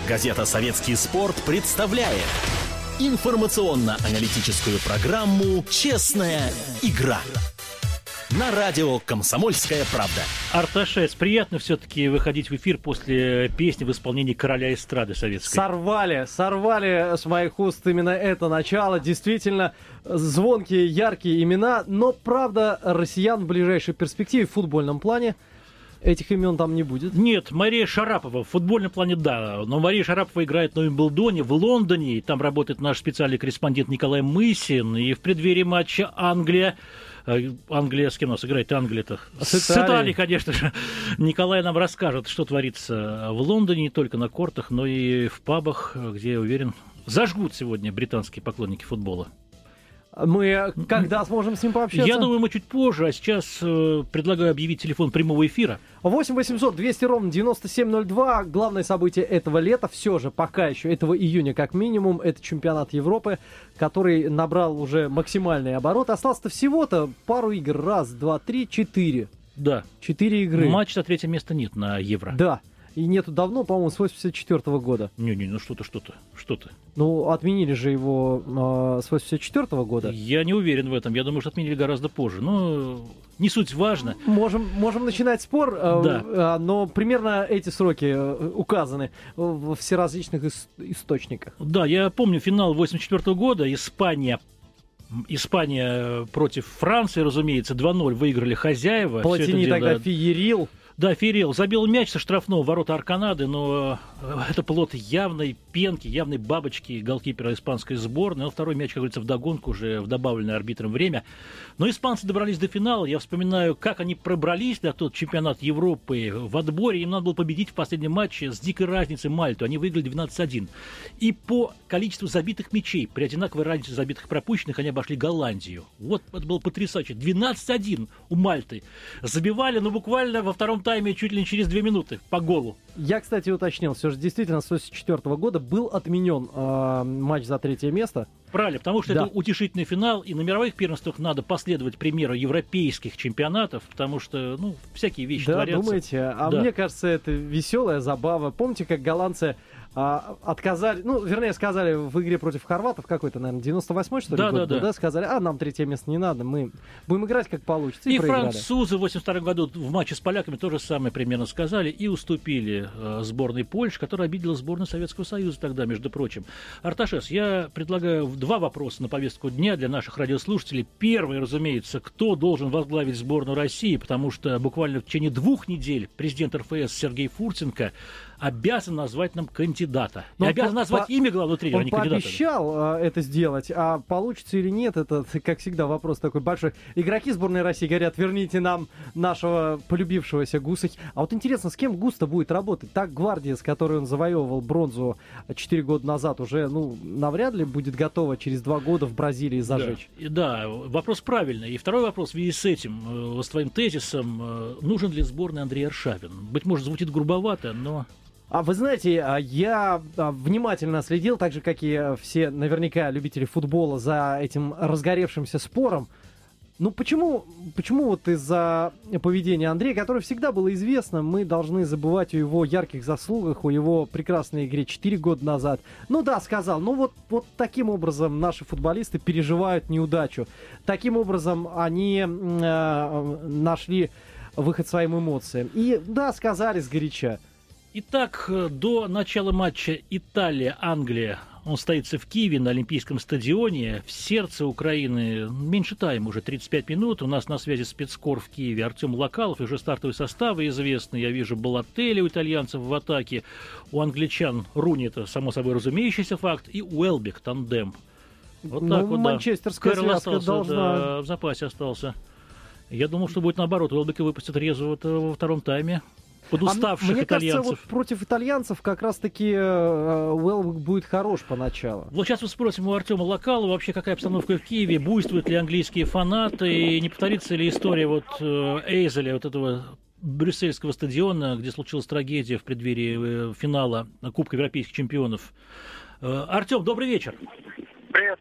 Газета «Советский спорт» представляет информационно-аналитическую программу «Честная игра» на радио «Комсомольская правда». Арташес, приятно все-таки выходить в эфир после песни в исполнении короля эстрады советской. Сорвали с моих уст именно это начало. Действительно, звонкие, яркие имена. Но, правда, россиян в ближайшей перспективе в футбольном плане этих имен там не будет. Нет, Мария Шарапова. В футбольном плане да. Но Мария Шарапова играет на Уимблдоне, в Лондоне. И там работает наш специальный корреспондент Николай Мысин. И в преддверии матча Англия с кем у нас играет? Англия-то? С Италией, конечно же. Николай нам расскажет, что творится в Лондоне, не только на кортах, но и в пабах, где, я уверен, зажгут сегодня британские поклонники футбола. Мы когда сможем с ним пообщаться? Я думаю, мы чуть позже, а сейчас предлагаю объявить телефон прямого эфира. 8 800 200 ровно 9702. Главное событие этого лета, все же, пока еще, этого июня как минимум, это чемпионат Европы, который набрал уже максимальный оборот. Осталось-то всего-то пару игр. Раз, два, три, четыре. Да. 4 игры. Матч за третье место нет на Евро. Да. И нету давно, по-моему, с 84 года. Не, ну что ты. Ну, отменили же его с 84 года. Я не уверен в этом. Я думаю, что отменили гораздо позже. Но не суть важно. Можем начинать спор, да. Но примерно эти сроки указаны в всеразличных источниках. Да, я помню финал 84 года. Испания против Франции, разумеется, 2-0 выиграли хозяева. Платини тогда феерил. Да, Феррел забил мяч со штрафного ворота Арканады, но это плод явной пенки, явной бабочки голкипера испанской сборной. Но второй мяч, как говорится, вдогонку уже в добавленное арбитром время. Но испанцы добрались до финала. Я вспоминаю, как они пробрались на тот чемпионат Европы в отборе. Им надо было победить в последнем матче с дикой разницей Мальту. Они выиграли 12-1. И по количеству забитых мячей, при одинаковой разнице забитых пропущенных, они обошли Голландию. Вот это было потрясающе. 12-1 у Мальты. Забивали, но буквально во втором тайме чуть ли не через 2 минуты по голу. Я, кстати, уточнил, все же действительно с 1984 года был отменен матч за третье место. Правильно, потому что это утешительный финал, и на мировых первенствах надо последовать примеру европейских чемпионатов, потому что, всякие вещи творятся. Да, думаете? Мне кажется, это веселая забава. Помните, как голландцы отказали, сказали в игре против хорватов, какой-то, наверное, 98-й, что ли, год был, да? Сказали, нам третье место не надо, мы будем играть как получится. И проиграли. Французы в 82 году в матче с поляками то же самое примерно сказали и уступили сборной Польши, которая обидела сборную Советского Союза тогда, между прочим. Арташес, я предлагаю 2 вопроса на повестку дня для наших радиослушателей. Первый, разумеется, кто должен возглавить сборную России, потому что буквально в течение 2 недель президент РФС Сергей Фуртенко обязан назвать нам кандидата. И обязан назвать имя главного тренера, а не кандидата. Он пообещал это сделать, а получится или нет, это, как всегда, вопрос такой большой. Игроки сборной России говорят, верните нам нашего полюбившегося Гусахи. А вот интересно, с кем Густа будет работать? Так гвардия, с которой он завоевывал бронзу 4 года назад, уже, навряд ли будет готова через 2 года в Бразилии зажечь. Да, вопрос правильный. И второй вопрос в связи с этим, с твоим тезисом, нужен ли сборной Андрей Аршавин? Быть может, звучит грубовато, но... Вы знаете, я внимательно следил, так же, как и все наверняка любители футбола, за этим разгоревшимся спором. Почему вот из-за поведения Андрея, которое всегда было известно, мы должны забывать о его ярких заслугах, о его прекрасной игре 4 года назад? Сказал, вот таким образом наши футболисты переживают неудачу. Таким образом они нашли выход своим эмоциям. И сказали сгоряча. Итак, до начала матча Италия-Англия. Он состоится в Киеве на Олимпийском стадионе, в сердце Украины. Меньше тайм, уже 35 минут. У нас на связи спецкор в Киеве Артем Локалов. И уже стартовые составы известны. Я вижу Балотелли у итальянцев в атаке. У англичан Руни, это само собой разумеющийся факт. И Уэлбек, тандем. Вот так вот, манчестерская связка должна... в запасе остался. Я думал, что будет наоборот. Уэлбека выпустят резвого во втором тайме. Подуставших мне итальянцев. Кажется, против итальянцев как раз-таки Уэлбек будет хорош поначалу. Вот сейчас мы спросим у Артема Локалова, вообще какая обстановка в Киеве, буйствуют ли английские фанаты, и не повторится ли история Эйзеля, этого брюссельского стадиона, где случилась трагедия в преддверии финала Кубка европейских чемпионов. Артем, добрый вечер. Привет.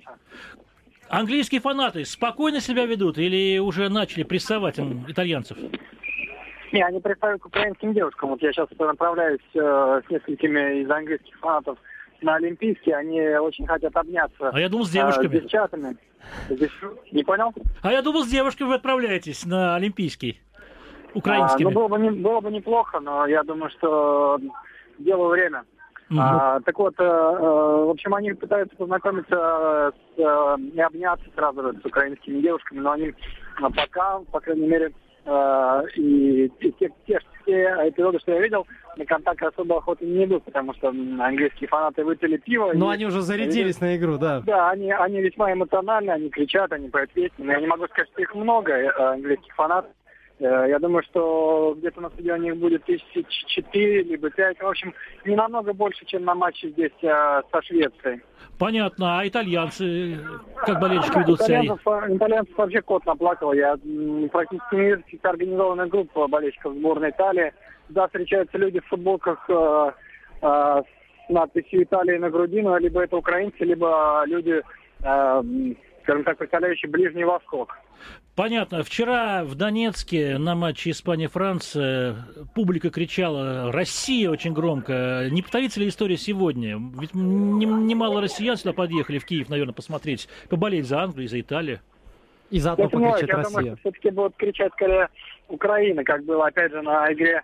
Английские фанаты спокойно себя ведут или уже начали прессовать итальянцев? Не, они пристают к украинским девушкам. Вот я сейчас направляюсь с несколькими из английских фанатов на Олимпийский. Они очень хотят обняться. А я думал, с девушками. С девчатами. Не понял? А я думал, с девушками вы отправляетесь на Олимпийский. Украинскими. Было бы неплохо, но я думаю, что дело время. Так вот, в общем, они пытаются познакомиться и обняться сразу с украинскими девушками, но они пока, по крайней мере, и те эпизоды, что я видел, на контакт особо охоты не идут, потому что английские фанаты выпили пиво. Но они уже зарядились на игру, да. Да, они весьма эмоциональны, они кричат, они поют песни. Но я не могу сказать, что их много, английских фанатов. Я думаю, что где-то на стадионе их будет 4 либо 5. В общем, не намного больше, чем на матче здесь со Швецией. Понятно. А итальянцы, как болельщики ведут себя? Итальянцев вообще кот наплакал. Я практически не вижу каких-то организованных групп болельщиков сборной Италии. Да, встречаются люди в футболках с надписью «Италия» на груди, но либо это украинцы, либо люди, скажем так, представляющие Ближний Восток. Понятно. Вчера в Донецке на матче Испания-Франция публика кричала «Россия» очень громко. Не повторится ли история сегодня? Ведь немало россиян сюда подъехали в Киев, наверное, посмотреть, поболеть за Англию и за Италию. И заодно покричать «Россия». Я думаю, что все-таки будут кричать скорее Украина, как было, опять же, на игре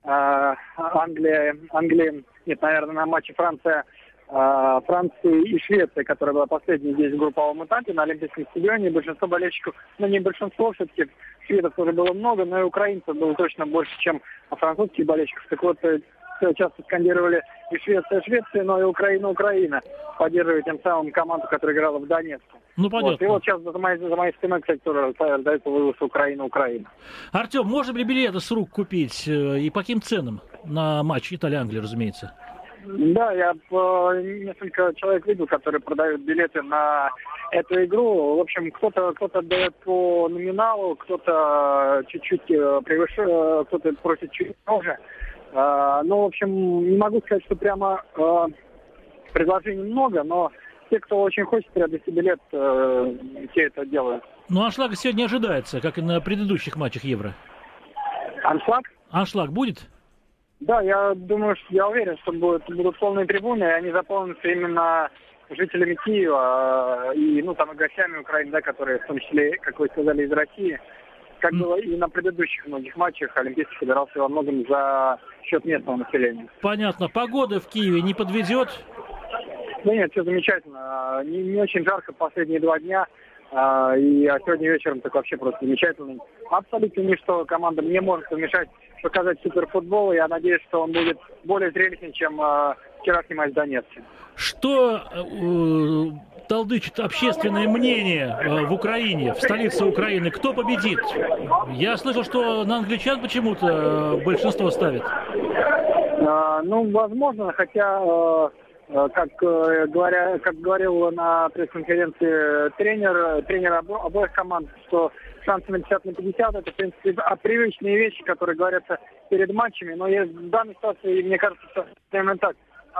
Англии, нет, наверное, на матче Франции и Швеции, которая была последней здесь в групповом этапе на Олимпийском стадионе. Большинство болельщиков, не большинство, все-таки шведов тоже было много, но и украинцев было точно больше, чем французских болельщиков. Так вот, часто скандировали и Швеция, но и Украина, поддерживая тем самым команду, которая играла в Донецке. Ну, понятно. Вот. И вот сейчас за моей спиной, кстати, тоже раздается вывоз Украина. Артем, можно ли билеты с рук купить? И по каким ценам? На матч Италия-Англия, разумеется. Да, я несколько человек видел, которые продают билеты на эту игру. В общем, кто-то отдает по номиналу, кто-то чуть-чуть превышает, кто-то просит чуть больше. Ну, в общем, не могу сказать, что прямо предложений много, но те, кто очень хочет приобрести билет, все это делают. Ну, аншлага сегодня ожидается, как и на предыдущих матчах Евро. Аншлаг? Аншлаг будет? Да, я думаю, я уверен, что будут полные трибуны, и они заполнятся именно жителями Киева и, там, и гостями Украины, да, которые, в том числе, как вы сказали, из России. Как было и на предыдущих многих матчах, Олимпийский собирался во многом за счет местного населения. Понятно. Погода в Киеве не подведет? Да нет, все замечательно. Не очень жарко последние 2 дня. А сегодня вечером так вообще просто замечательный. Абсолютно ничто команда не может помешать показать суперфутбол. Я надеюсь, что он будет более зрелищный, чем вчерашний матч в Донецке. Что толдычит общественное мнение в Украине, в столице Украины? Кто победит? Я слышал, что на англичан почему-то большинство ставит. Возможно, хотя... Как говорил на пресс-конференции тренер обоих команд, что шансы на 50/50 это, в принципе, привычные вещи, которые говорятся перед матчами. Но в данной ситуации, мне кажется, что именно так.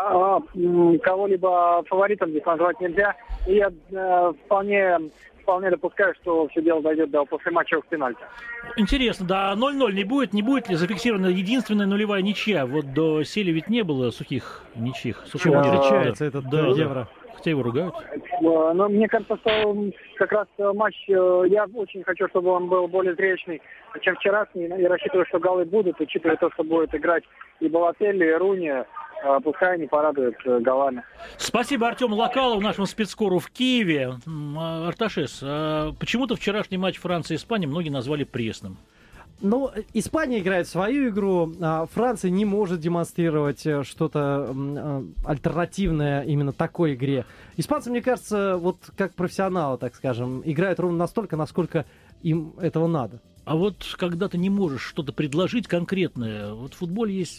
Кого-либо фаворитом здесь назвать нельзя. И я вполне допускаю, что все дело дойдет до послематчевых пенальти. Интересно, да, 0-0 не будет? Не будет ли зафиксирована единственная нулевая ничья? Вот до сели ведь не было сухих ничьих. Чем отличается этот Евро? Хотя его ругают. Но мне кажется, что как раз матч, я очень хочу, чтобы он был более зрелищный, чем вчерашний. И рассчитываю, что голы будут, учитывая то, что будет играть и Балотелли, и Руни. Пускай они порадуют голами. Спасибо Артему Локалову, нашему спецскору в Киеве. Арташес, почему-то вчерашний матч Франции-Испании многие назвали пресным. Испания играет свою игру, а Франция не может демонстрировать что-то альтернативное именно такой игре. Испанцы, мне кажется, вот как профессионалы, так скажем, играют ровно настолько, насколько им этого надо. А вот когда ты не можешь что-то предложить конкретное, вот в футболе есть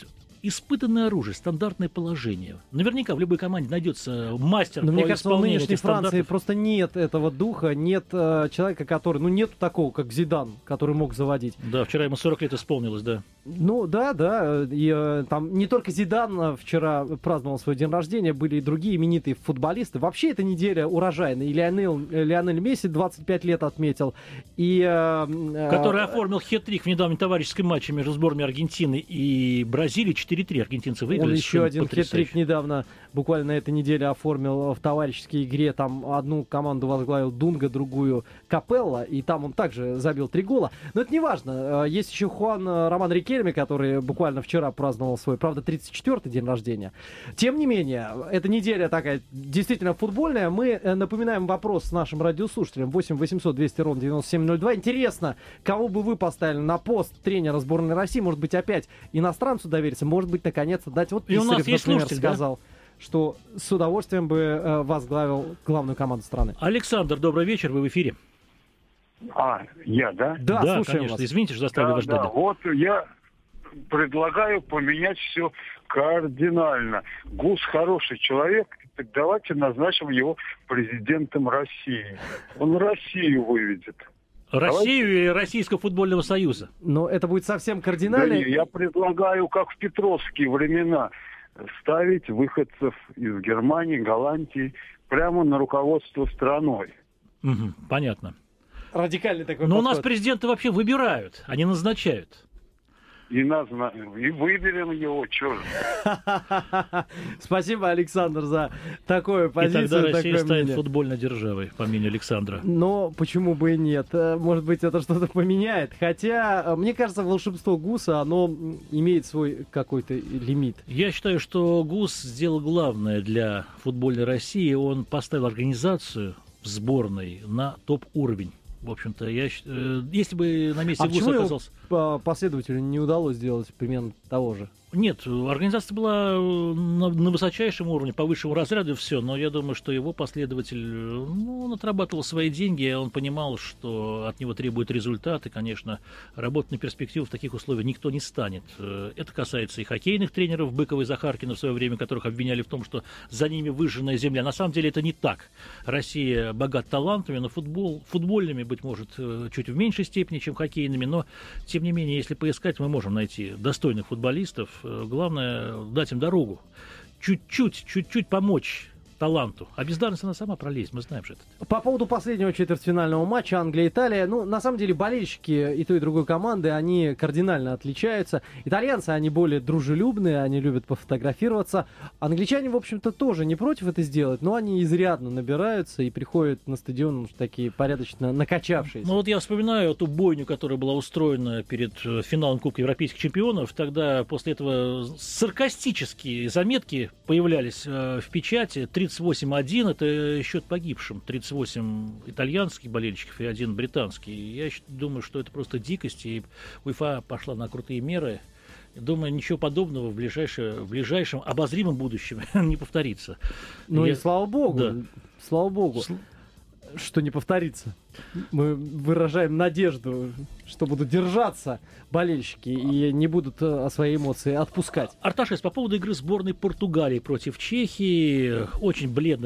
испытанное оружие, стандартное положение. Наверняка в любой команде найдется мастер Но по мне кажется, в исполнению нынешней этих Франции стандартов. просто нет этого духа, нет человека, который... Ну, нету такого, как Зидан, который мог заводить. Да, вчера ему 40 лет исполнилось, да. Ну, да. И там не только Зидан вчера праздновал свой день рождения, были и другие именитые футболисты. Вообще, эта неделя урожайная. И Лионель Месси 25 лет отметил. И... Который оформил хет-трик в недавнем товарищеском матче между сборными Аргентины и Бразилии. 4-3 аргентинцы выиграли. Он еще один хет-трик недавно, буквально на этой неделе, оформил в товарищеской игре. Там одну команду возглавил Дунга, другую Капелла. И там он также забил 3 гола. Но это не важно. Есть еще Хуан Роман Рикельме, который буквально вчера праздновал свой, правда, 34-й день рождения. Тем не менее, эта неделя такая действительно футбольная. Мы напоминаем вопрос нашим радиослушателям. 8 800 200 ровно 9702. Интересно, кого бы вы поставили на пост тренера сборной России? Может быть, опять иностранцу довериться? Может быть, наконец-то дать. Вот И у нас Писарев, есть например, слушатель, сказал, что с удовольствием бы возглавил главную команду страны. Александр, добрый вечер, вы в эфире. Я, да? Да, слушаем конечно. вас. Извините, что заставили вас ждать. Да. Вот я предлагаю поменять все кардинально. Гус хороший человек, так давайте назначим его президентом России. Он Россию выведет. Россию и Российского футбольного союза. Но это будет совсем Да кардинально. не, я предлагаю, как в петровские времена, ставить выходцев из Германии, Голландии прямо на руководство страной. Мгм, понятно. Радикальный такой Но у подход. нас президенты вообще выбирают, они назначают. И выберем его, чё же. Спасибо, Александр, за такую И позицию, тогда Россия такое станет мнение. футбольной державой, по мнению Александра. Но почему бы и нет? Может быть, это что-то поменяет. Хотя, мне кажется, волшебство Гуса, оно имеет свой какой-то лимит. Я считаю, что ГУС сделал главное для футбольной России. Он поставил организацию в сборной на топ-уровень. В общем-то, если бы на месте А ГУСа почему оказался... его последователю не удалось сделать примерно того же? Нет, организация была на высочайшем уровне, по высшему разряду все, но я думаю, что его последователь, он отрабатывал свои деньги, он понимал, что от него требуют результаты, конечно, работать на перспективу в таких условиях никто не станет. Это касается и хоккейных тренеров Быкова и Захаркина в свое время, которых обвиняли в том, что за ними выжженная земля. На самом деле это не так. Россия богата талантами, но футбольными, быть может, чуть в меньшей степени, чем хоккейными, но, тем не менее, если поискать, мы можем найти достойных футболистов. Главное дать им дорогу, чуть-чуть помочь таланту. А бездарность она сама пролезет, мы знаем же это. По поводу последнего четвертьфинального матча Англия-Италия, на самом деле болельщики и той, и другой команды, они кардинально отличаются. Итальянцы, они более дружелюбные, они любят пофотографироваться. Англичане, в общем-то, тоже не против это сделать, но они изрядно набираются и приходят на стадион такие порядочно накачавшиеся. Ну вот я вспоминаю ту бойню, которая была устроена перед финалом Кубка Европейских чемпионов. Тогда после этого саркастические заметки появлялись в печати. 38-1 это счет погибшим. 38 итальянских болельщиков и 1 британский. Я думаю, что это просто дикость, и УЕФА пошла на крутые меры. Думаю, ничего подобного в ближайшем обозримом будущем не повторится. Ну и слава богу, Да. слава богу, что не повторится. Мы выражаем надежду, что будут держаться болельщики и не будут свои эмоции отпускать. Арташес, по поводу игры сборной Португалии против Чехии. Очень бледно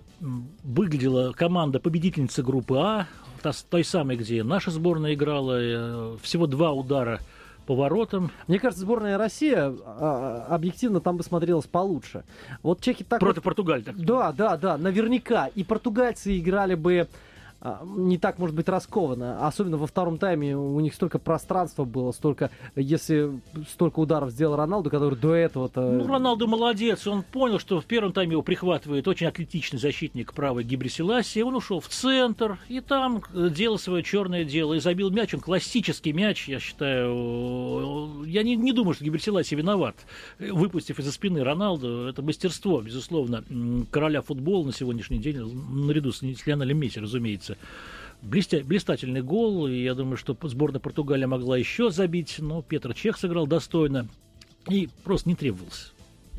выглядела команда победительницы группы А, той самой, где наша сборная играла. Всего 2 удара по воротам. Мне кажется, сборная Россия объективно там бы смотрелась получше. Вот чехи так... Против Португалии. Так. Да, наверняка. И португальцы играли бы не так, может быть, раскованно. Особенно во втором тайме у них столько пространства было, если столько ударов сделал Роналду, который до этого-то... Роналду молодец. Он понял, что в первом тайме его прихватывает очень атлетичный защитник правый Гебре Селаси. Он ушел в центр и там делал свое черное дело. И забил мяч. Он классический мяч, я считаю. Я не думаю, что Гебре Селаси виноват. Выпустив из-за спины Роналду, это мастерство, безусловно, короля футбола на сегодняшний день, наряду с Лионелем Месси, разумеется. Блистательный гол, и я думаю, что сборная Португалии могла еще забить, но Петр Чех сыграл достойно и просто не требовался.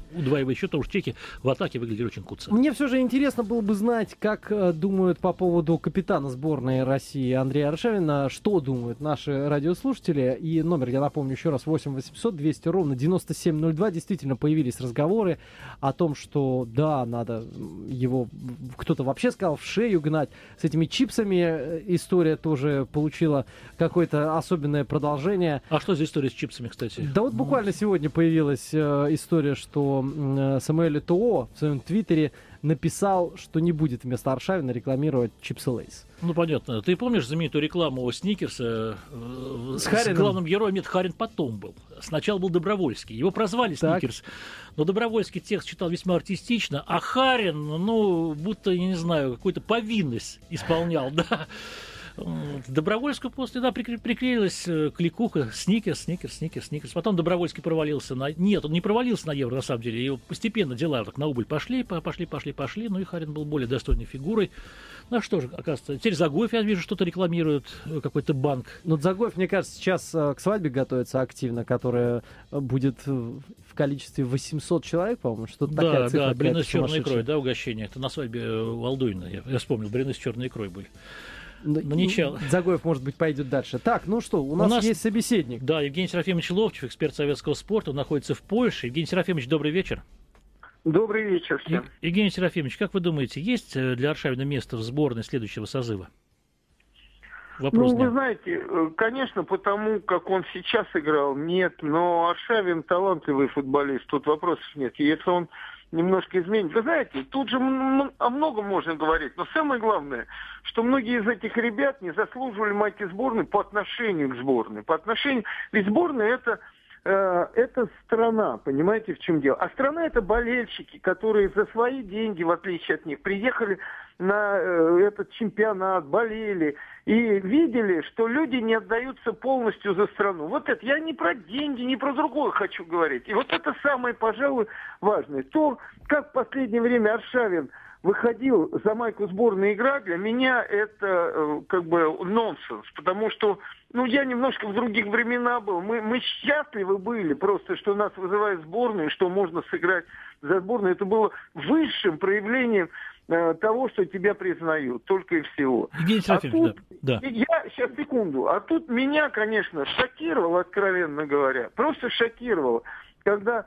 удваивает счет, потому что чехи в атаке выглядели очень куцо. Мне все же интересно было бы знать, как думают по поводу капитана сборной России Андрея Аршавина, что думают наши радиослушатели. И номер, я напомню еще раз, 8 800 200 ровно 9702. Действительно появились разговоры о том, что да, надо его, кто-то вообще сказал, в шею гнать. С этими чипсами история тоже получила какое-то особенное продолжение. А что за история с чипсами, кстати? Да вот буквально сегодня появилась история, что Самуэль Этоо в своем твиттере написал, что не будет вместо Аршавина рекламировать чипсы Лейс. Ну, понятно. Ты помнишь знаменитую рекламу Сникерса с главным героем? Нет, Харин потом был. Сначала был Добровольский. Его прозвали Сникерс. Но Добровольский текст читал весьма артистично, а Харин, ну, будто, я не знаю, какую-то повинность исполнял, да. Добровольскому после, да, приклеилась кликуха Сникерс. Потом Добровольский провалился на... Нет, он не провалился на Евро, на самом деле. Его постепенно дела так на убыль пошли. Ну и Харин был более достойной фигурой. Ну а что же, оказывается, теперь Загоев, я вижу, что-то рекламирует, какой-то банк. Ну, Загоев, мне кажется, сейчас к свадьбе готовится активно, которая будет в количестве 800 человек, по-моему, что-то такая цифра. Да, блины с черной икрой, да, угощение. Это на свадьбе у Алдуина, я вспомнил, блины с черной икрой были. Но ничего. Загоев, может быть, пойдет дальше. Так, ну что, у нас есть собеседник. Да, Евгений Серафимович Ловчев, эксперт советского спорта, он находится в Польше. Евгений Серафимович, добрый вечер. Добрый вечер всем. Евгений Серафимович, как вы думаете, есть для Аршавина место в сборной следующего созыва? Вопрос вы знаете, конечно, потому как он сейчас играл, нет, но Аршавин талантливый футболист, тут вопросов нет. И если он немножко изменит. Вы знаете, тут же о многом можно говорить, но самое главное, что многие из этих ребят не заслуживали майки сборной по отношению к сборной. Ведь сборная это страна, понимаете, в чем дело. А страна это болельщики, которые за свои деньги, в отличие от них, приехали на этот чемпионат, болели и видели, что люди не отдаются полностью за страну. Вот это, я не про деньги, не про другое хочу говорить. И вот это самое, пожалуй, важное. То, как в последнее время Аршавин выходил за майку сборной игра, для меня это как бы нонсенс, потому что я немножко в других времена был. Мы счастливы были просто, что нас вызывают в сборную, что можно сыграть за сборную. Это было высшим проявлением того, что тебя признают, только и всего. Да. Я, сейчас, секунду. А тут меня, конечно, шокировало, откровенно говоря. Просто шокировало, когда...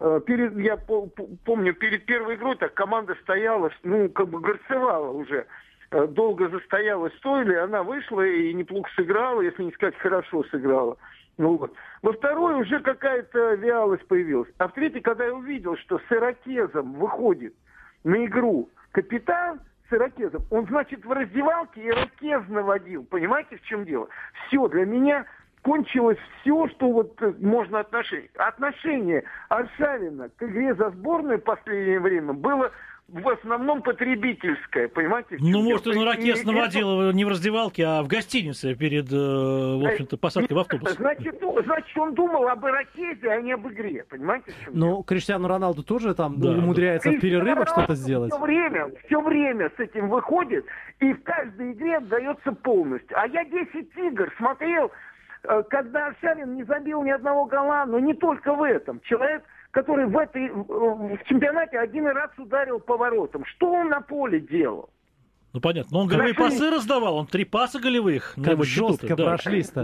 Я помню, перед первой игрой так команда стояла, горцевала уже. Долго застоялась в стойле, она вышла и неплохо сыграла, если не сказать, хорошо сыграла. Во второй уже какая-то вялость появилась. А в третьей, когда я увидел, что с ирокезом выходит на игру капитан с ирокезом, он, значит, в раздевалке ирокез наводил. Понимаете, в чем дело? Все, для меня... кончилось все, что можно отношение Аршавина к игре за сборную в последнее время было в основном потребительское, понимаете? Может, он ирокез наводил не в раздевалке, а в гостинице перед, в общем-то, посадкой в автобус. Значит, он думал об ирокезе, а не об игре, понимаете? Криштиану Роналду тоже там умудряется в перерывах что-то сделать. Все время с этим выходит, и в каждой игре отдается полностью. А я 10 игр смотрел, когда Аршавин не забил ни одного гола, но не только в этом. Человек, который в чемпионате один раз ударил по воротам. Что он на поле делал? Ну, понятно. Но он голевые пасы раздавал, он 3 паса голевых. Как жестко прошлись-то.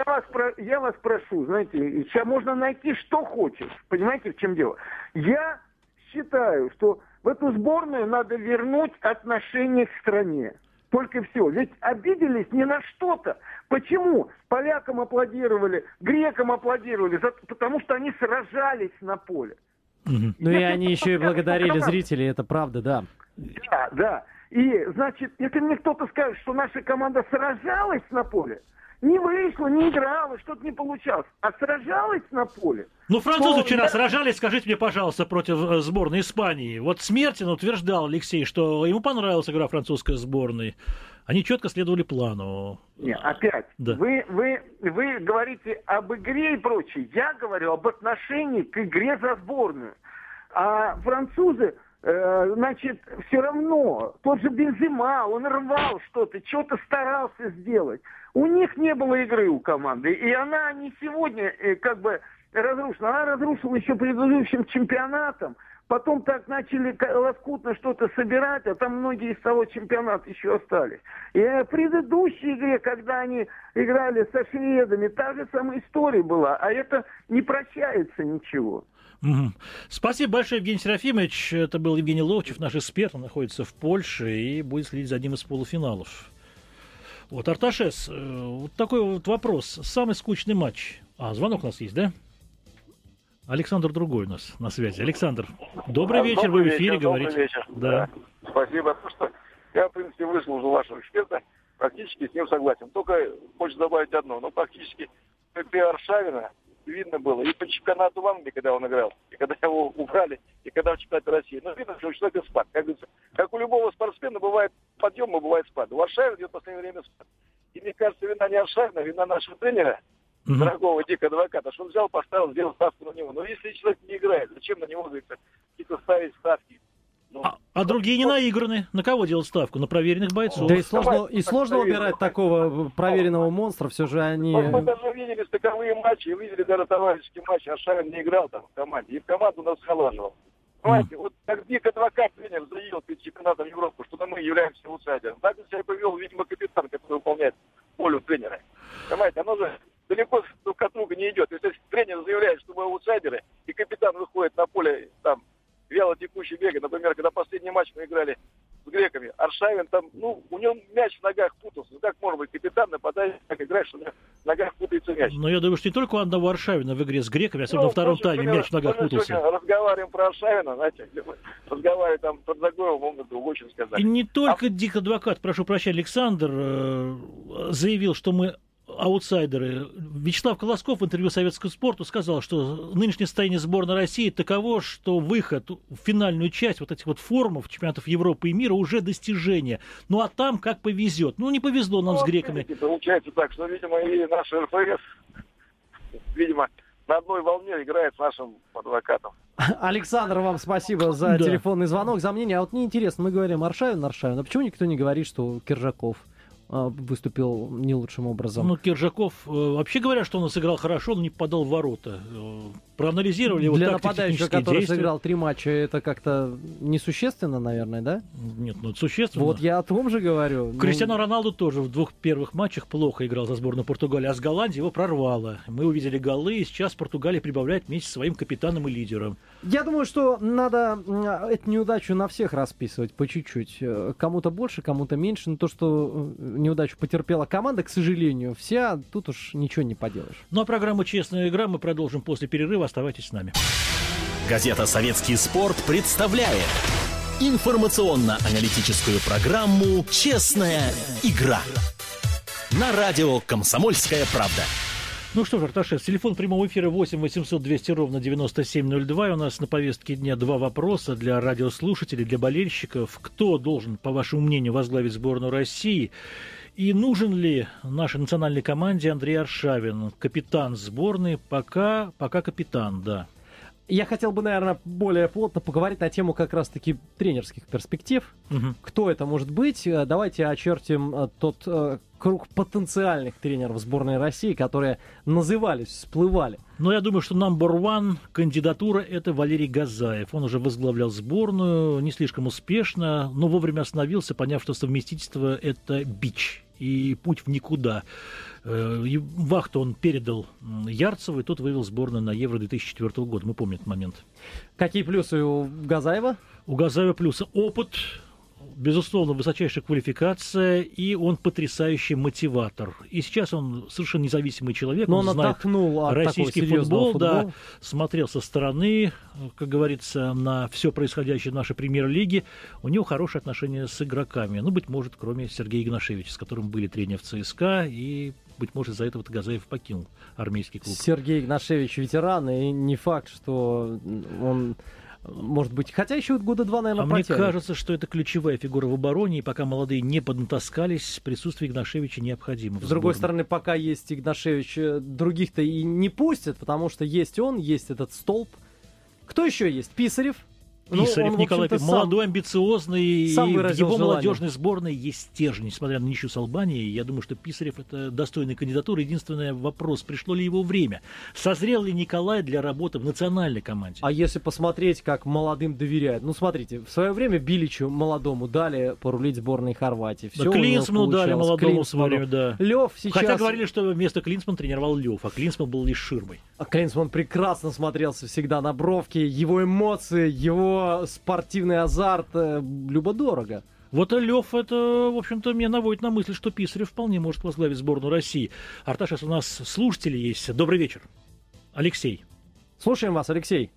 Я вас прошу, знаете, сейчас можно найти что хочешь. Понимаете, в чем дело? Я считаю, что в эту сборную надо вернуть отношение к стране. Только все. Ведь обиделись не на что-то. Почему? Полякам аплодировали, грекам аплодировали, потому что они сражались на поле. Ну и они еще и благодарили зрителей, это правда, да. Да. И, значит, если мне кто-то скажет, что наша команда сражалась на поле, не вышла, не играла, что-то не получалось, а сражалась на поле. Французы вчера сражались, скажите мне, пожалуйста, против сборной Испании. Вот Смертин утверждал, Алексей, что ему понравилась игра французской сборной. Они четко следовали плану. Нет, опять, да. Вы говорите об игре и прочее. Я говорю об отношении к игре за сборную. А французы, значит, все равно, тот же Бензема, он рвал что-то старался сделать. У них не было игры у команды, и она не сегодня разрушена. Она разрушена еще предыдущим чемпионатом. Потом так начали лоскутно что-то собирать, а там многие из того чемпионата еще остались. И в предыдущей игре, когда они играли со шведами, та же самая история была. А это не прощается ничего. Угу. Спасибо большое, Евгений Серафимович. Это был Евгений Ловчев, наш эксперт. Он находится в Польше и будет следить за одним из полуфиналов. Вот, Арташес, вот такой вот вопрос. Самый скучный матч. Звонок у нас есть, да? Александр другой у нас на связи. Александр, добрый вечер, вы в эфире говорите. Добрый вечер. Да. Спасибо. Потому что я, в принципе, выслушал вашего эксперта, практически с ним согласен. Только хочу добавить одно. Но практически ПП Аршавина видно было и по чемпионату в Англии, когда он играл, и когда его убрали, и когда в чемпионате России. Но видно, что у человека спад. Как говорится, как у любого спортсмена бывает подъем, и бывает спад. У Аршавина идет в последнее время спад. И мне кажется, вина не Аршавина, вина нашего тренера, дорогого Дика Адвоката, что он взял, поставил, сделал ставку на него. Но если человек не играет, зачем на него, говорится, какие-то ставить ставки? Ну, а другие не наиграны. На кого делать ставку? На проверенных бойцов. Да и сложно убирать такого проверенного монстра, все же они... Мы даже видели стыковые матчи, видели даже товарищеские матчи. Аршавин не играл там в команде, и в команду нас схолаживал. Понимаете, вот как Дик Адвокат тренер заявил перед чемпионатом Европы, что мы являемся аутсайдером. Так он себя повел, видимо, капитан, который выполняет волю тренера. Понимаете, оно же далеко друг от друга не идет. Если тренер заявляет, что мы аутсайдеры, и капитан выходит на поле там вяло текущий бега, например, когда последний матч мы играли с греками, Аршавин там, у него мяч в ногах путался. Ну как может быть капитан нападает, так играет, что у него в ногах путается мяч? Но я думаю, что не только у одного Аршавина в игре с греками, особенно во втором тайме мяч в ногах путался. Разговариваем про Аршавина, знаете, разговариваем там под Загоевым, он это очень сказать. И не только Дик Адвокат, прошу прощения, Александр заявил, что мы аутсайдеры. Вячеслав Колосков в интервью «Советскому спорту» сказал, что нынешнее состояние сборной России таково, что выход в финальную часть вот этих вот форумов чемпионатов Европы и мира уже достижение. Ну а там как повезет. Ну не повезло нам с греками. Получается так, что, видимо, и наш РФС, видимо, на одной волне играет с нашим адвокатом. Александр, вам спасибо за телефонный звонок, за мнение. А вот мне интересно, мы говорим Аршавин. А почему никто не говорит, что Киржаков выступил не лучшим образом? Ну, Киржаков, вообще говорят, что он сыграл хорошо, но не попадал в ворота. Проанализировали его для нападающего, который сыграл 3 матча, это как-то несущественно, наверное, да? Нет, ну это существенно. Вот я о том же говорю. Криштиану Роналду тоже в 2 первых матчах плохо играл за сборную Португалии, а с Голландией его прорвало. Мы увидели голы, и сейчас Португалия прибавляет вместе со своим капитаном и лидером. Я думаю, что надо эту неудачу на всех расписывать по чуть-чуть. Кому-то больше, кому-то меньше. Но то, что неудачу потерпела команда, к сожалению, вся, тут уж ничего не поделаешь. Ну а программу «Честная игра» мы продолжим после перерыва. Оставайтесь с нами. Газета «Советский спорт» представляет информационно-аналитическую программу «Честная игра» на радио «Комсомольская правда». Ну что ж, Арташес, телефон прямого эфира 8 800 200 ровно 9702. У нас на повестке дня 2 вопроса для радиослушателей, для болельщиков. Кто должен, по вашему мнению, возглавить сборную России? И нужен ли нашей национальной команде Андрей Аршавин, капитан сборной? Пока капитан, да. Я хотел бы, наверное, более плотно поговорить на тему как раз-таки тренерских перспектив. Угу. Кто это может быть? Давайте очертим тот круг потенциальных тренеров сборной России, которые назывались, всплывали. Ну, я думаю, что number one кандидатура — это Валерий Газаев. Он уже возглавлял сборную, не слишком успешно, но вовремя остановился, поняв, что совместительство — это бич и путь в никуда. Вахту он передал Ярцеву, и тот вывел сборную на Евро 2004 года. Мы помним этот момент. Какие плюсы у Газаева? У Газаева плюсы: опыт, безусловно, высочайшая квалификация, и он потрясающий мотиватор. И сейчас он совершенно независимый человек. Но он знает отдохнул от российский футбол, да, смотрел со стороны, как говорится, на все происходящее в нашей премьер-лиге. У него хорошие отношения с игроками. Ну, быть может, кроме Сергея Игнашевича, с которым были тренеры в ЦСКА, и, быть может, из-за этого Газаев покинул армейский клуб. Сергей Игнашевич ветеран, и не факт, что он... Может быть, хотя еще года 2, наверное, протянет. Мне кажется, что это ключевая фигура в обороне, и пока молодые не поднатаскались, присутствие Игнашевича необходимо. С другой стороны, пока есть Игнашевич, других-то и не пустят, потому что есть он, есть этот столб. Кто еще есть? Писарев. Писарев, он, Николай в общем-то, молодой, амбициозный, и в выразил его желание. молодежной сборной есть стержень, несмотря на ничью с Албанией. Я думаю, что Писарев — это достойная кандидатура. Единственный вопрос, пришло ли его время? Созрел ли Николай для работы в национальной команде? А если посмотреть, как молодым доверяют? Ну, смотрите, в свое время Биличу молодому дали порулить сборной Хорватии. Все Да, Клинсману дали молодому в свое время, да. Лев сейчас... Хотя говорили, что вместо Клинсмана тренировал Лев, а Клинсман был лишь ширмой. А Клинсман прекрасно смотрелся всегда на бровке, его эмоции, его спортивный азарт, любо-дорого. Вот Лев, это, в общем-то, меня наводит на мысль, что Писарев вполне может возглавить сборную России. Арташ, сейчас у нас слушатели есть. Добрый вечер. Алексей. Слушаем вас, Алексей.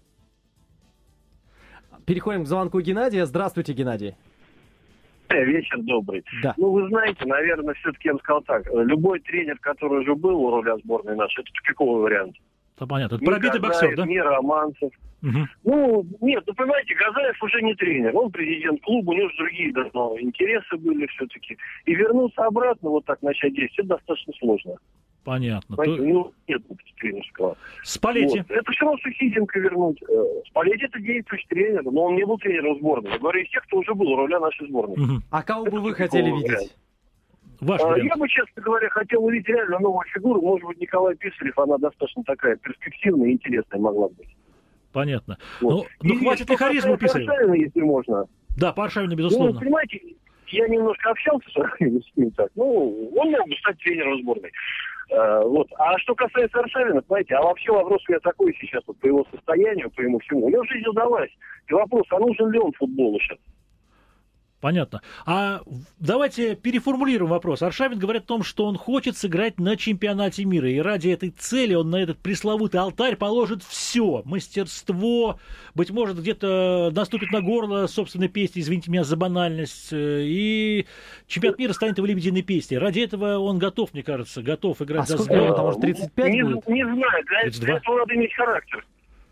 Переходим к звонку Геннадия. Здравствуйте, Геннадий. Вечер добрый. Да. Ну, вы знаете, наверное, все-таки я бы сказал так. Любой тренер, который уже был у руля сборной нашей, это тупиковый вариант. Да, понятно. Это пробитый боксер, да? Ни Романцев. Угу. Ну, нет, ну, понимаете, Газаев уже не тренер. Он президент клуба, у него же другие давно интересы были все-таки. И вернуться обратно, вот так начать действовать, это достаточно сложно. Понятно. Понимаете, ну, нет тренерского. Спалетти. Вот. Это все равно Сухиденко вернуть. Спалетти — это действующий тренер, но он не был тренером сборной. Я говорю, из тех, кто уже был у руля нашей сборной. Угу. А кого бы Это вы хотели вариант. видеть? Ваш вариант. Я бы, честно говоря, хотел увидеть реально новую фигуру. Может быть, Николай Писарев, она достаточно такая перспективная и интересная могла быть. Понятно. Вот. Ну, хватит ли харизмы Писарева? Аршавина, если можно. Да, по Аршавину, Ну, безусловно. понимаете, я немножко общался с ним так. Ну, он мог бы стать тренером сборной. Вот. А что касается Аршавина, понимаете, а вообще вопрос у меня такой сейчас, вот, по его состоянию, по ему всему. У него жизнь удалась. И вопрос, а нужен ли он футболу сейчас? Понятно. А давайте переформулируем вопрос. Аршавин говорит о том, что он хочет сыграть на чемпионате мира. И ради этой цели он на этот пресловутый алтарь положит все. Мастерство, быть может, где-то наступит на горло собственной песни, извините меня за банальность. И чемпионат мира станет его лебединой песней. Ради этого он готов, мне кажется, готов играть за сколько ему сборную. там, может, 35 будет? Не знаю, для этого надо иметь характер.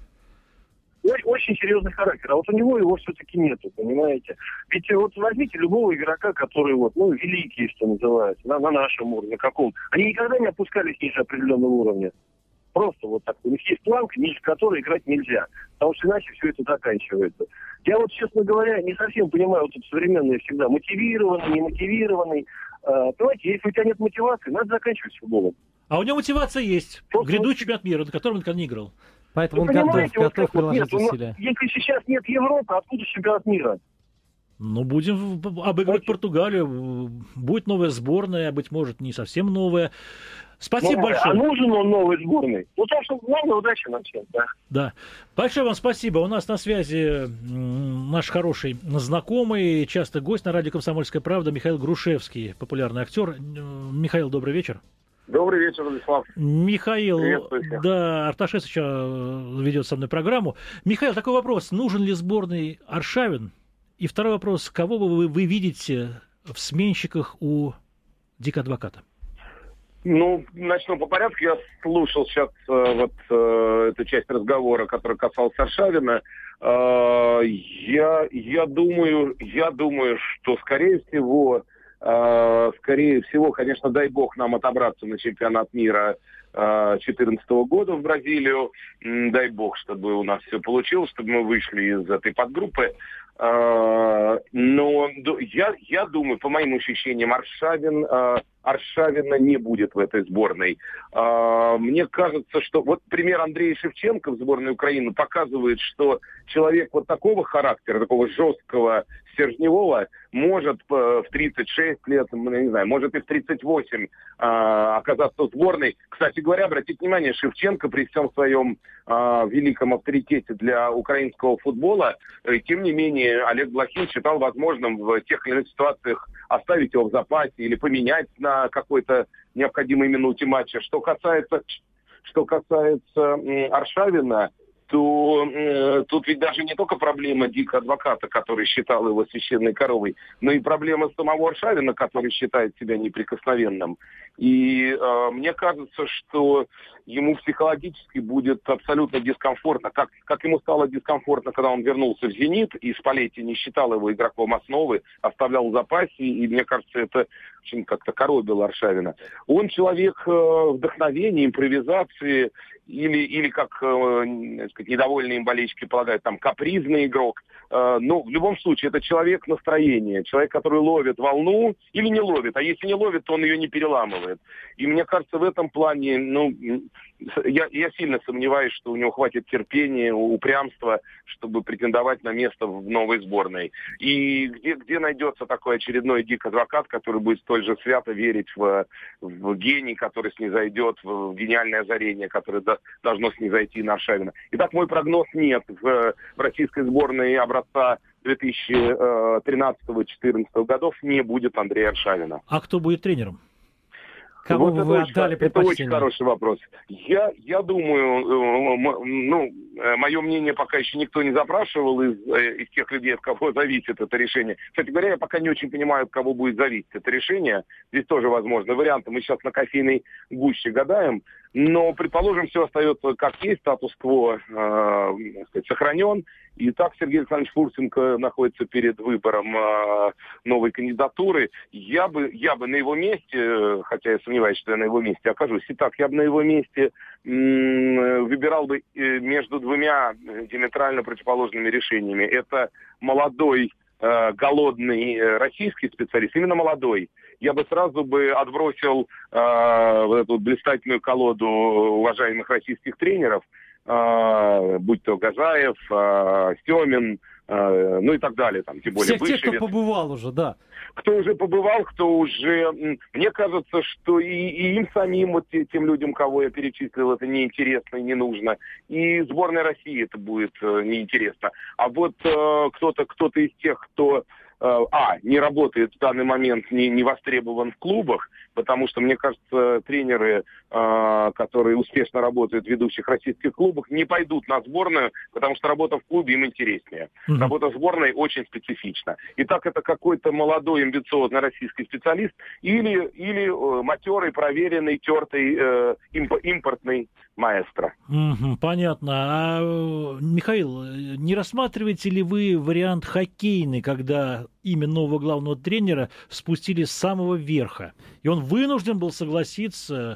Очень серьезный характер, а вот у него его все-таки нету, понимаете? Ведь вот возьмите любого игрока, который вот, ну, великий, что называется, на нашем уровне, каком. Они никогда не опускались ниже определенного уровня. Просто вот так. У них есть планка, ниже которой играть нельзя. Потому что иначе все это заканчивается. Я вот, честно говоря, не совсем понимаю вот это современное всегда. Мотивированный, немотивированный. Понимаете, если у тебя нет мотивации, надо заканчивать с футболом. А у него мотивация есть. Грядущий чемпионат мира, на котором он никогда не играл. Поэтому он готов приложить усилия. Если сейчас нет Европы, откуда чемпионат мира? Ну, будем обыгрывать Португалию. Будет новая сборная, а быть может, не совсем новая. Спасибо большое. А нужен он новой сборной? Ну, так что главное, удачи нам всем, да. Да. Большое вам спасибо. У нас на связи наш хороший знакомый, часто гость на радио «Комсомольская правда» Михаил Грушевский, популярный актер. Михаил, добрый вечер. Добрый вечер, Владислав. Михаил, да, Арташевич ведет со мной программу. Михаил, такой вопрос. Нужен ли сборной Аршавин? И второй вопрос. Кого вы видите в сменщиках у Дика Адвоката? Ну, начну по порядку. Я слушал сейчас эту часть разговора, которая касалась Аршавина. Я думаю, что, скорее всего, конечно, дай бог нам отобраться на чемпионат мира 2014 года в Бразилию. Дай бог, чтобы у нас все получилось, чтобы мы вышли из этой подгруппы. Но я думаю, по моим ощущениям, Аршавина не будет в этой сборной. Мне кажется, что вот пример Андрея Шевченко в сборной Украины показывает, что человек вот такого характера, такого жесткого, стержневого, может в 36 лет, не знаю, может и в 38 оказаться в сборной. Кстати говоря, обратите внимание, Шевченко при всем своем великом авторитете для украинского футбола, тем не менее, Олег Блохин считал возможным в тех или иных ситуациях оставить его в запасе или поменять на какой-то необходимой минуте матча. Что касается Аршавина, то тут ведь даже не только проблема Дика Адвоката, который считал его священной коровой, но и проблема самого Аршавина, который считает себя неприкосновенным. И мне кажется, что ему психологически будет абсолютно дискомфортно. Как ему стало дискомфортно, когда он вернулся в «Зенит», и Спалетти не считал его игроком основы, оставлял в запасе, и мне кажется, это очень как-то коробило Аршавина. Он человек вдохновения, импровизации, или как сказать, недовольные им болельщики полагают, там, капризный игрок. Но в любом случае, это человек настроения, человек, который ловит волну или не ловит, а если не ловит, то он ее не переламывает. И мне кажется, в этом плане, я сильно сомневаюсь, что у него хватит терпения, упрямства, чтобы претендовать на место в новой сборной. И где найдется такой очередной дик-адвокат, который будет столь же свято верить в гений, который снизойдет, в гениальное озарение, которое должно снизойти на Аршавина. Итак, мой прогноз: нет. В российской сборной образца 2013-2014 годов не будет Андрея Аршавина. А кто будет тренером? Кому бы вы отдали предпочтение? Это очень хороший вопрос. Я думаю, мое мнение пока еще никто не запрашивал из тех людей, от кого зависит это решение. Кстати говоря, я пока не очень понимаю, от кого будет зависеть это решение. Здесь тоже возможны варианты. Мы сейчас на кофейной гуще гадаем. Но, предположим, все остается как есть, статус-кво сохранен. И так Сергей Александрович Фурсенко находится перед выбором новой кандидатуры. Я бы на его месте, хотя я сомневаюсь, что я на его месте окажусь, итак, я бы на его месте выбирал бы между двумя диаметрально противоположными решениями. Это молодой, голодный российский специалист, именно молодой. Я бы сразу отбросил эту блистательную колоду уважаемых российских тренеров, будь то Газаев, Семин, и так далее. Там, тем более Всех тех, кто побывал уже, да. Кто уже побывал, кто уже... Мне кажется, что и им самим, вот тем людям, кого я перечислил, это неинтересно и не нужно. И сборной России это будет неинтересно. А вот кто-то из тех, кто... не работает в данный момент, не востребован в клубах, потому что, мне кажется, тренеры, которые успешно работают в ведущих российских клубах, не пойдут на сборную, потому что работа в клубе им интереснее. Работа в сборной очень специфична. Итак, это какой-то молодой, амбициозный российский специалист или матерый, проверенный, тертый, импортный маэстро. Понятно. А, Михаил, не рассматриваете ли вы вариант хоккейный, когда имя нового главного тренера спустили с самого верха, и он вынужден был согласиться?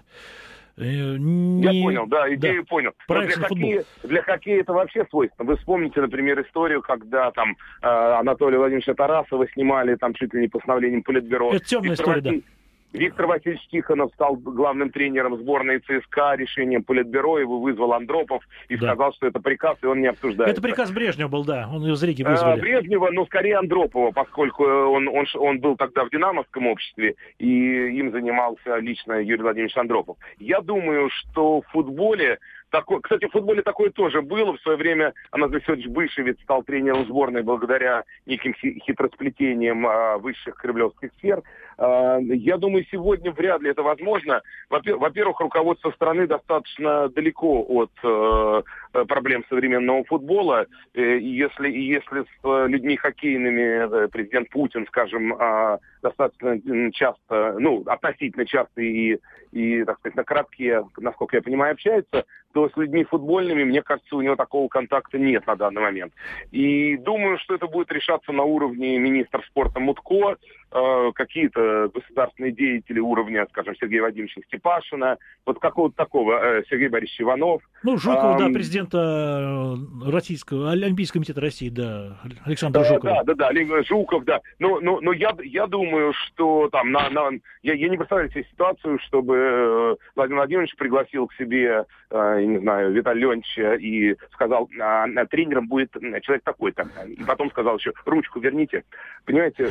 Я понял, идею понял. Для хоккея это вообще свойственно. Вы вспомните, например, историю, когда там Анатолия Владимировича Тарасова снимали там чуть ли не постановлением Политбюро. Это темная история, да. Виктор Васильевич Тихонов стал главным тренером сборной ЦСКА решением Политбюро, его вызвал Андропов и сказал, что это приказ, и он не обсуждается. Это приказ Брежнева был, да, он его из Риги вызвали. Брежнева, скорее Андропова, поскольку он был тогда в Динамовском обществе, и им занимался лично Юрий Владимирович Андропов. Я думаю, что в футболе кстати, в футболе такое тоже было. В свое время Анатолий Федорович Бышевец стал тренером сборной благодаря неким хитросплетениям высших кремлевских сфер. Я думаю, сегодня вряд ли это возможно. Во-первых, руководство страны достаточно далеко от проблем современного футбола. И если с людьми хоккейными президент Путин, скажем, достаточно часто, относительно часто и так сказать, на коротке, насколько я понимаю, общается, то с людьми футбольными, мне кажется, у него такого контакта нет на данный момент. И думаю, что это будет решаться на уровне министра спорта Мутко, какие-то государственные деятели уровня, скажем, Сергея Вадимовича Степашина, вот какого-то такого, Сергей Борисович Иванов. Жуков, президента Российского, Олимпийского комитета России, да, Александр Жуков. Да, Жуков, да. Но я думаю, что там, я не представляю себе ситуацию, чтобы Владимир Владимирович пригласил к себе, не знаю, Виталия Леонтьевича и сказал, тренером будет человек такой-то. И потом сказал еще, ручку верните. Понимаете,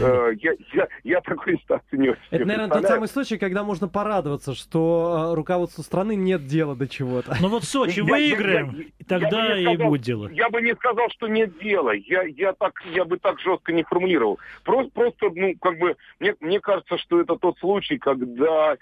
я такой ситуации не очень Это, наверное, тот самый случай, когда можно порадоваться, что руководству страны нет дела до чего-то. Ну вот Сочи выиграем, тогда и будет дело. Я бы не сказал, что нет дела. Я бы так жестко не формулировал. Просто мне кажется, что это тот случай, когда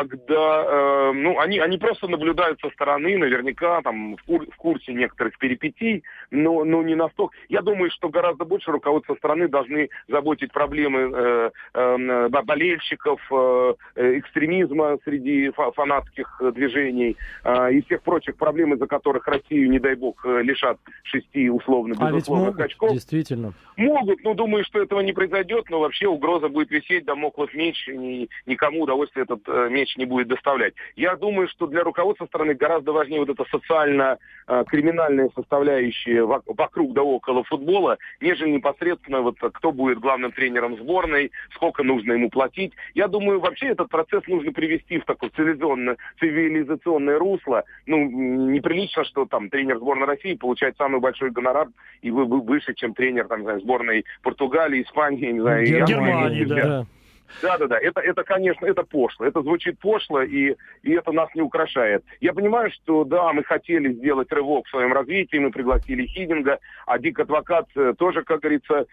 они просто наблюдают со стороны, наверняка там в курсе некоторых перипетий, но не настолько. Я думаю, что гораздо больше руководство страны должны заботить проблемы болельщиков, экстремизма среди фанатских движений и всех прочих проблем, из-за которых Россию, не дай бог, лишат 6 безусловных очков. Действительно. Могут, но думаю, что этого не произойдет, но вообще угроза будет висеть, дамоклов меч, никому удовольствия этот меч не будет доставлять. Я думаю, что для руководства страны гораздо важнее вот эта социально-криминальная составляющая вокруг да около футбола, нежели непосредственно вот кто будет главным тренером сборной, сколько нужно ему платить. Я думаю, вообще этот процесс нужно привести в такое цивилизационное русло. Ну, неприлично, что там тренер сборной России получает самый большой гонорар и выше, чем тренер там, не знаю, сборной Португалии, Испании, не знаю, Германии, да. Да. Это, конечно, это пошло. Это звучит пошло, и это нас не украшает. Я понимаю, что, да, мы хотели сделать рывок в своем развитии, мы пригласили Хидинга, а Дик Адвокат тоже, как говорится,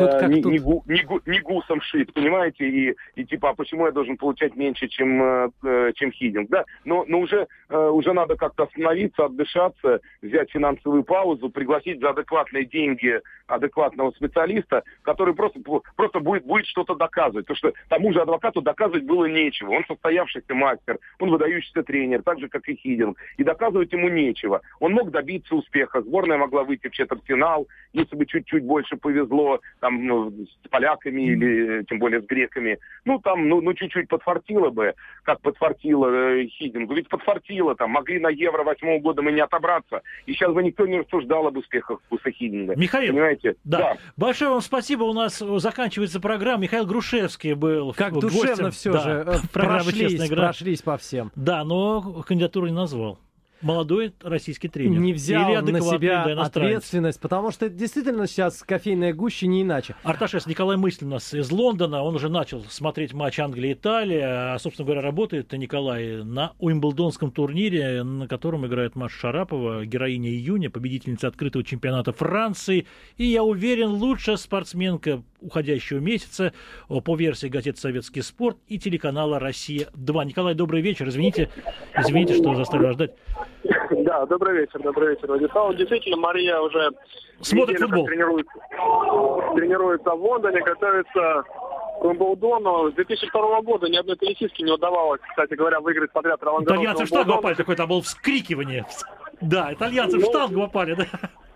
не гусом шит, понимаете? И типа, а почему я должен получать меньше, чем Хидинг? Да? Но уже надо как-то остановиться, отдышаться, взять финансовую паузу, пригласить за адекватные деньги адекватного специалиста, который просто будет что-то доказывать. Потому что тому же Адвокату доказывать было нечего. Он состоявшийся мастер, он выдающийся тренер, так же, как и Хидинг. И доказывать ему нечего. Он мог добиться успеха. Сборная могла выйти в четвертьфинал, если бы чуть-чуть больше повезло там, с поляками или тем более с греками. Ну, чуть-чуть подфартило бы, как подфартило Хидингу. Ведь подфартило, там, могли на Евро 8 года мы не отобраться. И сейчас бы никто не рассуждал об успехах Куса Хидинга. Михаил, понимаете? Да. Большое вам спасибо. У нас заканчивается программа. Михаил Грушевский был как душевно все же прошлись по всем. Да, но кандидатуру не назвал. Молодой российский тренер. Не взял на себя ответственность, потому что это действительно сейчас кофейная гуща, не иначе. Арташес, Николай Мысль у нас из Лондона. Он уже начал смотреть матч Англия-Италия. А, собственно говоря, работает Николай на Уимблдонском турнире, на котором играет Маша Шарапова, героиня июня, победительница открытого чемпионата Франции. И, я уверен, лучшая спортсменка уходящего месяца по версии газеты «Советский спорт» и телеканала «Россия-2». Николай, добрый вечер. Извините, что заставил вас ждать. Да, добрый вечер, Владислав. Действительно, Мария уже смотрит футбол. Тренируется в Лондоне, готовится к Уимблдону. С 2002 года ни одной теннисистке не удавалось, кстати говоря, выиграть подряд Ролан Гаррос. Итальянцы в штангу попали, такое-то было вскрикивание. Да, итальянцы в штангу попали, да.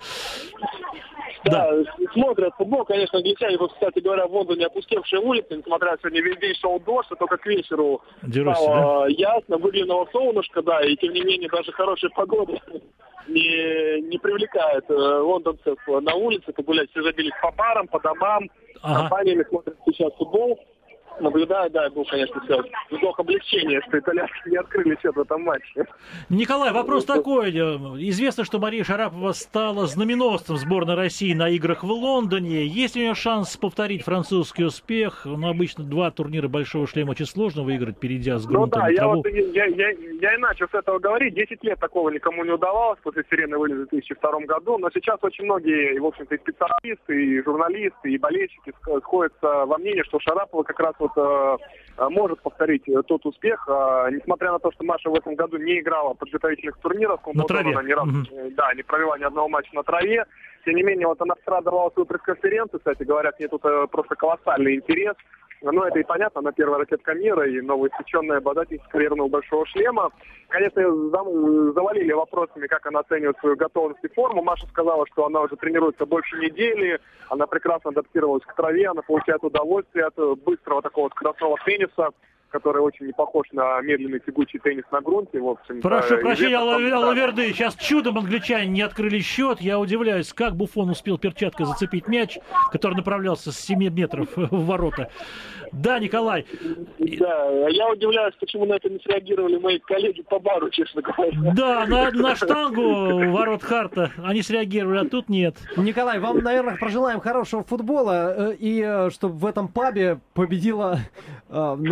Да, смотрят футбол, конечно, англичане, вот, кстати говоря, в Лондоне опустевшие улицы, несмотря на сегодня весь день шел дождь, а только к вечеру стало ясно, выглянуло солнышко, да, и тем не менее даже хорошая погода не привлекает лондонцев на улице погулять, все забились по барам, по домам, компаниями смотрят сейчас футбол. Наблюдаю, да, был, конечно, все вздох облегчения, что итальянцы не открыли счет в этом матче. Николай, вопрос такой. Известно, что Мария Шарапова стала знаменосцем сборной России на играх в Лондоне. Есть ли у нее шанс повторить французский успех? Ну, обычно 2 турнира большого шлема очень сложно выиграть, перейдя с грунта на траву. Я и начал с этого говорить. 10 лет такого никому не удавалось после «Сирены» вылета в 2002 году. Но сейчас очень многие, и, в общем-то, и специалисты, и журналисты, и болельщики сходятся во мнении, что Шарапова как раз может повторить тот успех, несмотря на то, что Маша в этом году не играла в подготовительных турнирах, на траве. Она не провела ни одного матча на траве. Тем не менее, вот она вчера давала свою пресс-конференцию, кстати говоря, к ней тут просто колоссальный интерес. Но это и понятно, она первая ракетка мира и новоиспеченная обладательница карьерного большого шлема. Конечно, завалили вопросами, как она оценивает свою готовность и форму. Маша сказала, что она уже тренируется больше недели, она прекрасно адаптировалась к траве, она получает удовольствие от быстрого такого скоростного тенниса, который очень не похож на медленный тягучий теннис на грунте. В общем, прошу прощения, Алаверды, сейчас чудом англичане не открыли счет. Я удивляюсь, как Буфон успел перчаткой зацепить мяч, который направлялся с 7 метров в ворота. Да, Николай. Да, я удивляюсь, почему на это не среагировали мои коллеги по бару, честно говоря. Да, на штангу ворот Харта они среагировали, а тут нет. Николай, вам, наверное, пожелаем хорошего футбола и чтобы в этом пабе победила, ну, я не знаю,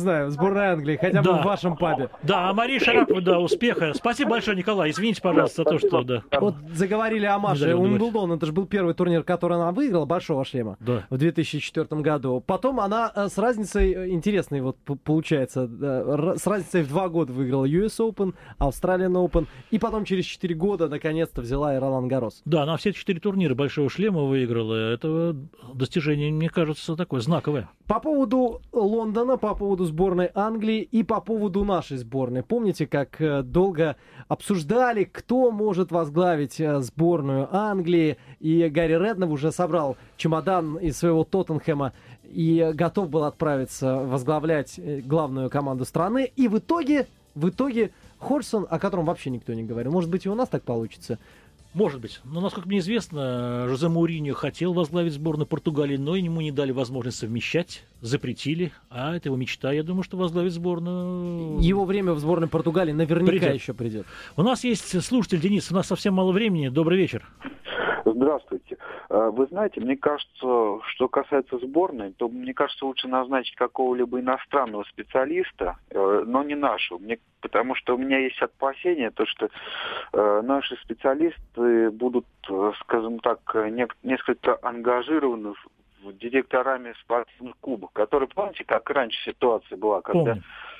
знаю, сборной Англии, хотя бы в вашем пабе. Да, а Марии Шараповой, да, успеха. Спасибо большое, Николай. Извините, пожалуйста, за то, что... Да. Вот заговорили о Маше. Уимблдон, это же был первый турнир, который она выиграла, большого шлема, в 2004 году. Потом она с разницей, интересной вот получается, с разницей в 2 года выиграла US Open, Australian Open, и потом через 4 года наконец-то взяла и Ролан Гаррос. Да, она все 4 турнира большого шлема выиграла. Это достижение, мне кажется, такое знаковое. По поводу Лондона, по поводу сборной Англии и по поводу нашей сборной. Помните, как долго обсуждали, кто может возглавить сборную Англии, и Гарри Реднев уже собрал чемодан из своего Тоттенхэма и готов был отправиться возглавлять главную команду страны. И в итоге Ходжсон, о котором вообще никто не говорил, может быть, и у нас так получится. Может быть. Но, насколько мне известно, Жозе Мауриньо хотел возглавить сборную Португалии, но ему не дали возможность совмещать, запретили. А это его мечта, я думаю, что возглавить сборную... Его время в сборной Португалии наверняка еще придет. У нас есть слушатель, Денис, у нас совсем мало времени. Добрый вечер. Здравствуйте. Вы знаете, мне кажется, что касается сборной, то, мне кажется, лучше назначить какого-либо иностранного специалиста, но не нашего. Потому что у меня есть опасения, то, что наши специалисты будут, скажем так, несколько ангажированы директорами спортивных клубов, которые, помните, как раньше ситуация была, когда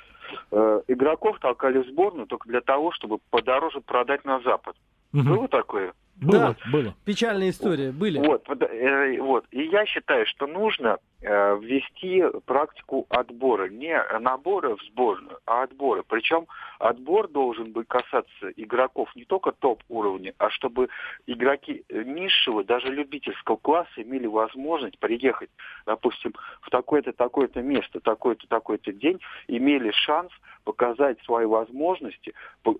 игроков толкали в сборную только для того, чтобы подороже продать на Запад. Было такое? Было. Печальные истории были. Вот. И я считаю, что нужно ввести практику отбора. Не набора в сборную, а отбора. Причем отбор должен быть касаться игроков не только топ-уровня, а чтобы игроки низшего, даже любительского класса имели возможность приехать, допустим, в такое-то, такое-то место, такой-то, такой-то день, имели шанс показать свои возможности,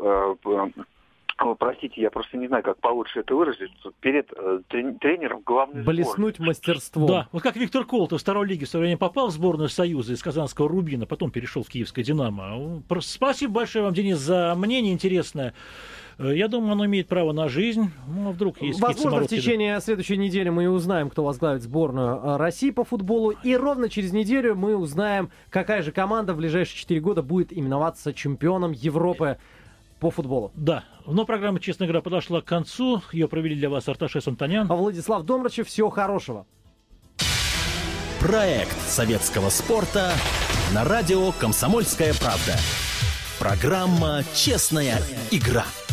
простите, я просто не знаю, как получше это выразить, перед тренером главной сборной. Блеснуть мастерством. Да, вот как Виктор Колотов в второй лиге в свое время попал в сборную Союза из казанского «Рубина», потом перешел в киевское «Динамо». Спасибо большое вам, Денис, за мнение интересное. Я думаю, оно имеет право на жизнь. Ну, а вдруг есть возможно, в течение следующей недели мы узнаем, кто возглавит сборную России по футболу. И ровно через неделю мы узнаем, какая же команда в ближайшие 4 года будет именоваться чемпионом Европы по футболу. Да. Но программа «Честная игра» подошла к концу. Ее провели для вас Арташес Антонян. А Владислав Домрачев. Всего хорошего. Проект советского спорта на радио «Комсомольская правда». Программа «Честная игра».